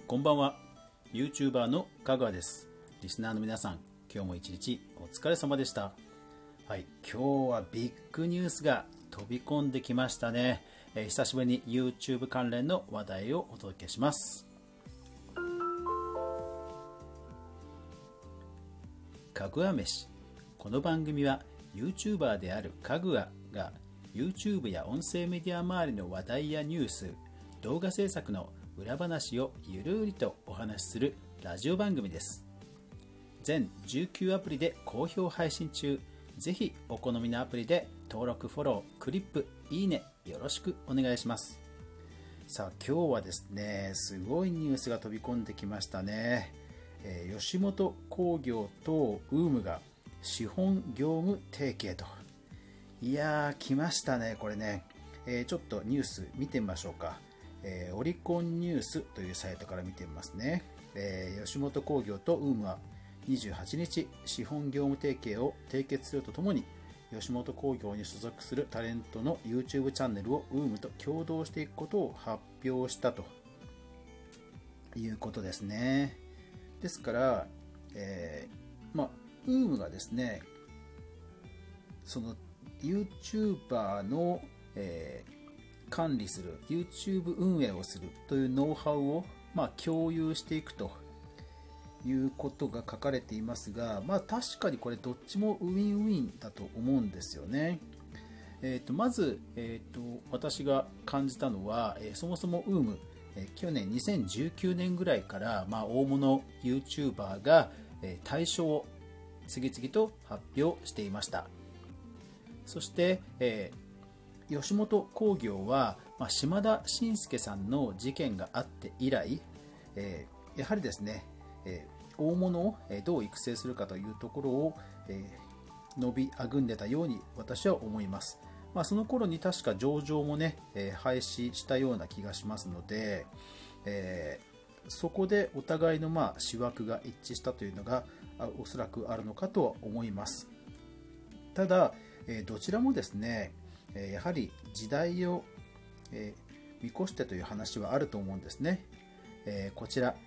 こんばんは。 YouTuber のかぐわです。リスナーの皆さん、今日も一日お疲れ様でした。はい、今日はビッグニュースが飛び込んできましたね。久しぶりに YouTube 関連の話題をお届けします。かぐわ飯。この番組は YouTuber であるかぐわが YouTube や音声メディア周りの話題やニュース、動画制作の裏話をゆるりとお話しするラジオ番組です。全19アプリで好評配信中。ぜひお好みのアプリで登録、フォロー、クリップ、いいねよろしくお願いします。さあ今日はですね、すごいニュースが飛び込んできましたね。吉本興業と UM が資本業務提携と。いやー来ましたねこれね。ちょっとニュース見てみましょうか。オリコンニュースというサイトから見てみますね。吉本興業と UM は28日資本業務提携を締結するとともに、吉本興業に所属するタレントの YouTube チャンネルを UM と共同していくことを発表したということですね。ですから、UM がですね、その YouTuber の、管理する YouTube 運営をするというノウハウを、共有していくということが書かれていますが、確かにこれどっちもウィンウィンだと思うんですよね。まず、私が感じたのは、そもそも UM、去年2019年ぐらいから、大物 YouTuber が、対象を次々と発表していました。そして、吉本興業は、島田紳介さんの事件があって以来、やはりですね、大物をどう育成するかというところを、伸びあぐんでたように私は思います。その頃に確か上場もね、廃止したような気がしますので、そこでお互いの思惑が一致したというのがおそらくあるのかとは思います。ただ、どちらもですね、やはり時代を見越してという話はあると思うんですね。こちら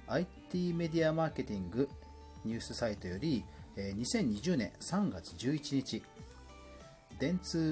IT メディアマーケティングニュースサイトより2020年3月11日、電通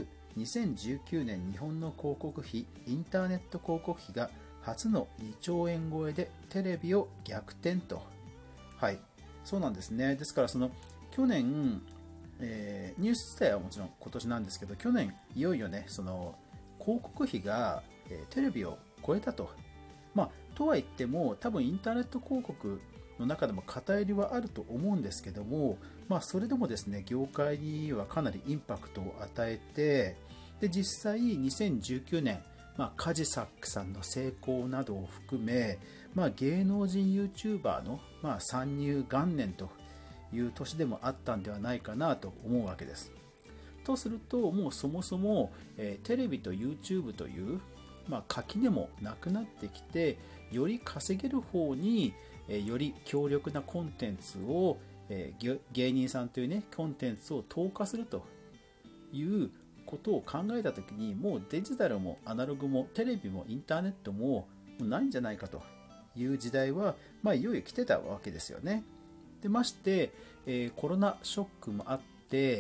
2019年日本の広告費、インターネット広告費が初の2兆円超えでテレビを逆転と。はい、そうなんですね。ですからその去年、ニュース自体はもちろん今年なんですけど、去年いよいよね、その広告費がテレビを超えたと。とは言っても多分インターネット広告の中でも偏りはあると思うんですけども、それでもですね、業界にはかなりインパクトを与えて、で実際2019年、カジサックさんの成功などを含め、芸能人 YouTuber の、参入元年という年でもあったんではないかなと思うわけです。とすると、もうそもそも、テレビと YouTube という、垣根もなくなってきて、より稼げる方に、より強力なコンテンツを、芸人さんというねコンテンツを投下するということを考えたときに、もうデジタルもアナログもテレビもインターネットもないんじゃないかという時代は、いよいよ来てたわけですよね。でまして、コロナショックもあって、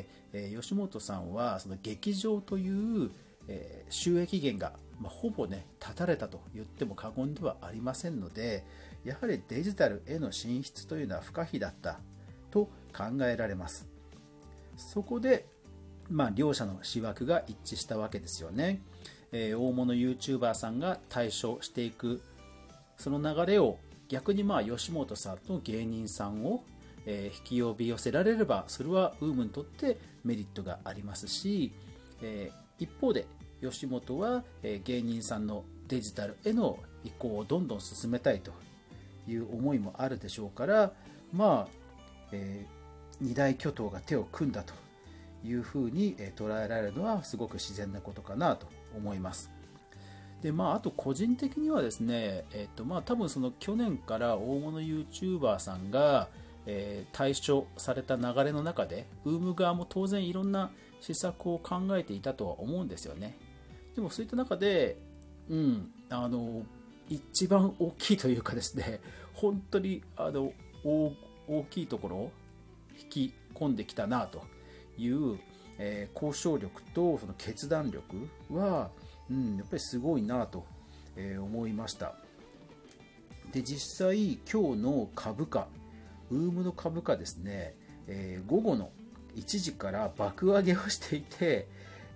吉本さんはその劇場という、収益源が、ほぼね断たれたと言っても過言ではありませんので、やはりデジタルへの進出というのは不可避だったと考えられます。そこで、両者の思惑が一致したわけですよね。大物 YouTuber さんが対処していくその流れを逆に吉本さんと芸人さんを引き呼び寄せられれば、それは UM にとってメリットがありますし、一方で吉本は芸人さんのデジタルへの移行をどんどん進めたいという思いもあるでしょうから、二大巨頭が手を組んだというふうに捉えられるのはすごく自然なことかなと思います。であと個人的にはですね、多分その去年から大物 YouTuber さんが、対処された流れの中で UM 側も当然いろんな施策を考えていたとは思うんですよね。でもそういった中で、 一番大きいというかですね、本当に大きいところを引き込んできたなという、交渉力とその決断力は、やっぱりすごいなと、思いました。で、実際今日の株価、ウームの株価ですね、午後の1時から爆上げをしていて、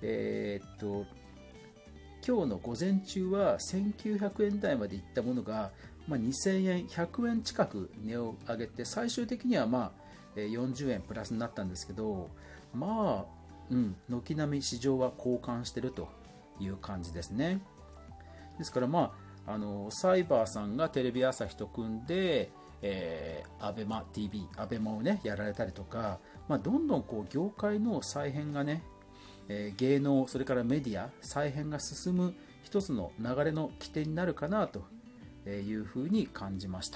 今日の午前中は1900円台までいったものが、2000円、100円近く値を上げて、最終的には40円プラスになったんですけど、軒並み市場は交換しているという感じですね。ですから、サイバーさんがテレビ朝日と組んで、アベマ TV、アベマをね、やられたりとか、どんどん業界の再編がね、芸能、それからメディア、再編が進む一つの流れの起点になるかなというふうに感じました。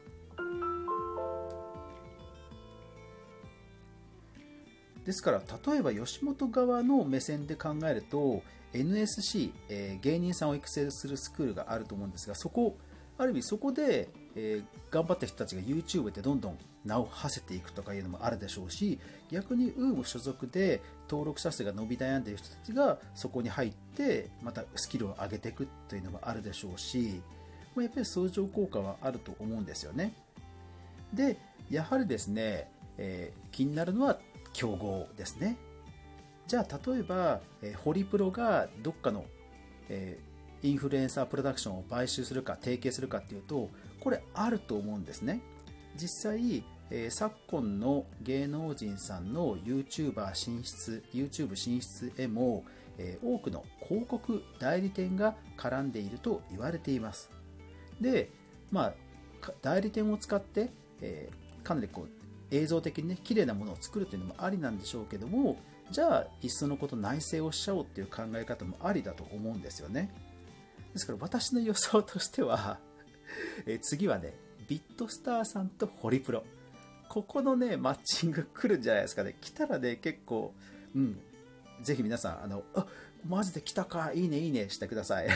ですから、例えば吉本側の目線で考えると NSC、芸人さんを育成するスクールがあると思うんですが、ある意味そこで、頑張った人たちが YouTube でどんどん名を馳せていくとかいうのもあるでしょうし、逆に UM 所属で登録者数が伸び悩んでいる人たちがそこに入ってまたスキルを上げていくというのもあるでしょうし、やっぱり相乗効果はあると思うんですよね。で、やはりですね、気になるのは競合ですね。じゃあ例えば、ホリプロがどっかの、インフルエンサープロダクションを買収するか提携するかっていうと、これあると思うんですね。実際、昨今の芸能人さんの YouTube 進出へも、多くの広告代理店が絡んでいると言われています。で、代理店を使って、かなり映像的にね、綺麗なものを作るというのもありなんでしょうけども、じゃあいっそのこと内製をしちゃおうっていう考え方もありだと思うんですよね。ですから私の予想としては次はね、ビットスターさんとホリプロ、ここのねマッチング来るんじゃないですかね。来たらね、結構ぜひ皆さんマジで来たか、いいねいいねしてください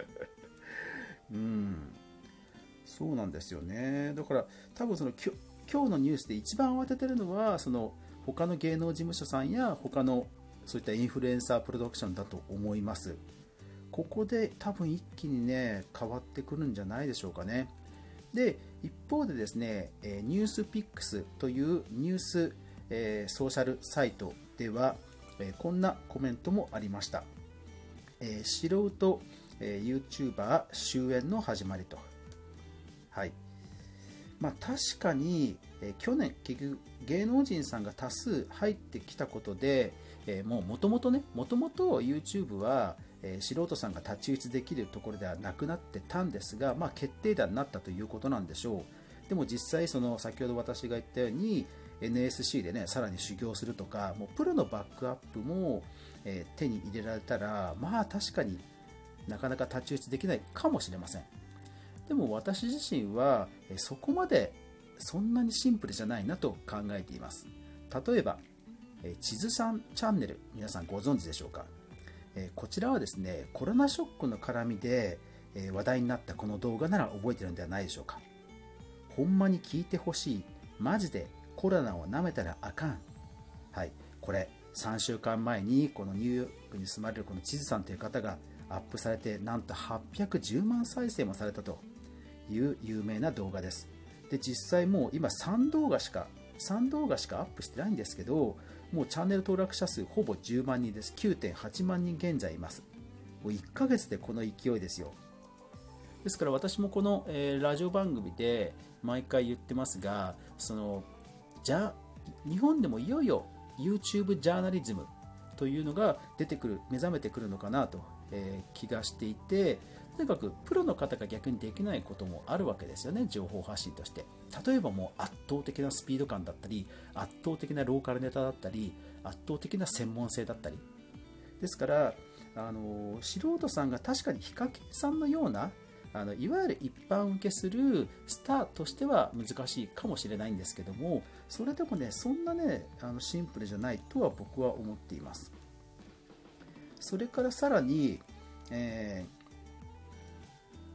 そうなんですよね。だから多分今日のニュースで一番慌ててるのは、他の芸能事務所さんや他のそういったインフルエンサープロダクションだと思います。ここで多分一気にね変わってくるんじゃないでしょうかね。で、一方でですね、ニュースピックスというニュース、ソーシャルサイトでは、こんなコメントもありました。素人、YouTuber 終焉の始まりと。はい。確かに、去年結局芸能人さんが多数入ってきたことで、もともと YouTube は、素人さんが太刀打ちできるところではなくなってたんですが、決定打になったということなんでしょう。でも実際先ほど私が言ったように NSC でねさらに修行するとか、もうプロのバックアップも、手に入れられたら、確かになかなか太刀打ちできないかもしれません。でも私自身はそこまでそんなにシンプルじゃないなと考えています。例えば地図さんチャンネル、皆さんご存知でしょうか。こちらはですね、コロナショックの絡みで話題になったこの動画なら覚えてるんではないでしょうか。ほんまに聞いてほしい、マジでコロナを舐めたらあかん。はい、これ3週間前にこのニューヨークに住まれるこの地図さんという方がアップされて、なんと810万再生もされたという有名な動画です。で、実際もう今3動画しかアップしてないんですけど、もうチャンネル登録者数ほぼ10万人です。 9.8 万人現在います。もう1ヶ月でこの勢いですよ。ですから私もこの、ラジオ番組で毎回言ってますが、日本でもいよいよ YouTube ジャーナリズムというのが目覚めてくるのかなと、気がしていて、とにかくプロの方が逆にできないこともあるわけですよね、情報発信として。例えばもう圧倒的なスピード感だったり、圧倒的なローカルネタだったり、圧倒的な専門性だったり。ですから素人さんが確かにヒカキンさんのようないわゆる一般受けするスターとしては難しいかもしれないんですけども、それでもね、そんなねシンプルじゃないとは僕は思っています。それからさらに、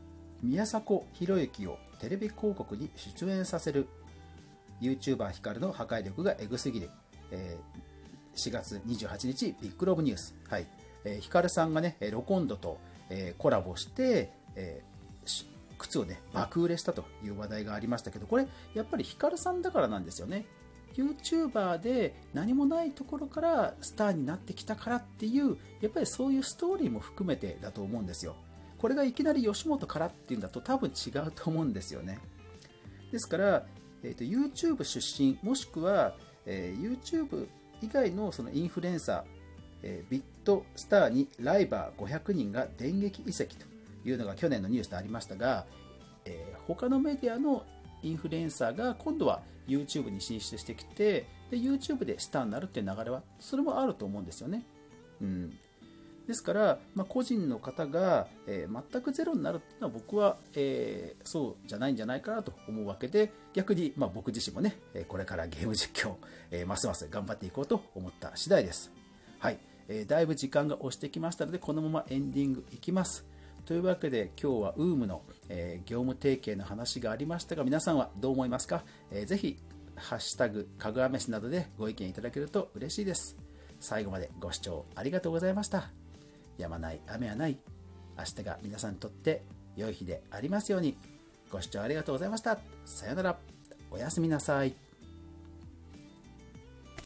宮迫博之をテレビ広告に出演させる。 YouTuber ヒカルの破壊力がエグすぎる。4月28日ビッグロブニュース。はい。ヒカルさんがね、ロコンドとコラボして、靴をね、爆売れしたという話題がありましたけど、これやっぱりヒカルさんだからなんですよね。YouTuber で何もないところからスターになってきたからっていう、やっぱりそういうストーリーも含めてだと思うんですよ。これがいきなり吉本からっていうんだと多分違うと思うんですよね。ですから、YouTube 出身もしくは、YouTube 以外のそのインフルエンサー、ビットスターにライバー500人が電撃移籍というのが去年のニュースでありましたが、他のメディアのインフルエンサーが今度は YouTube に進出してきて、で YouTube でスターになるっていう流れはそれもあると思うんですよね。ですから、個人の方が、全くゼロになるっていうのは僕は、そうじゃないんじゃないかなと思うわけで、逆に、僕自身もね、これからゲーム実況、ますます頑張っていこうと思った次第です。はい、だいぶ時間が押してきましたので、このままエンディングいきます。というわけで今日は UM の、業務提携の話がありましたが、皆さんはどう思いますか？ぜひハッシュタグかぐわ飯などでご意見いただけると嬉しいです。最後までご視聴ありがとうございました。やまない雨はない。明日が皆さんにとって良い日でありますように。ご視聴ありがとうございました。さようなら。おやすみなさい。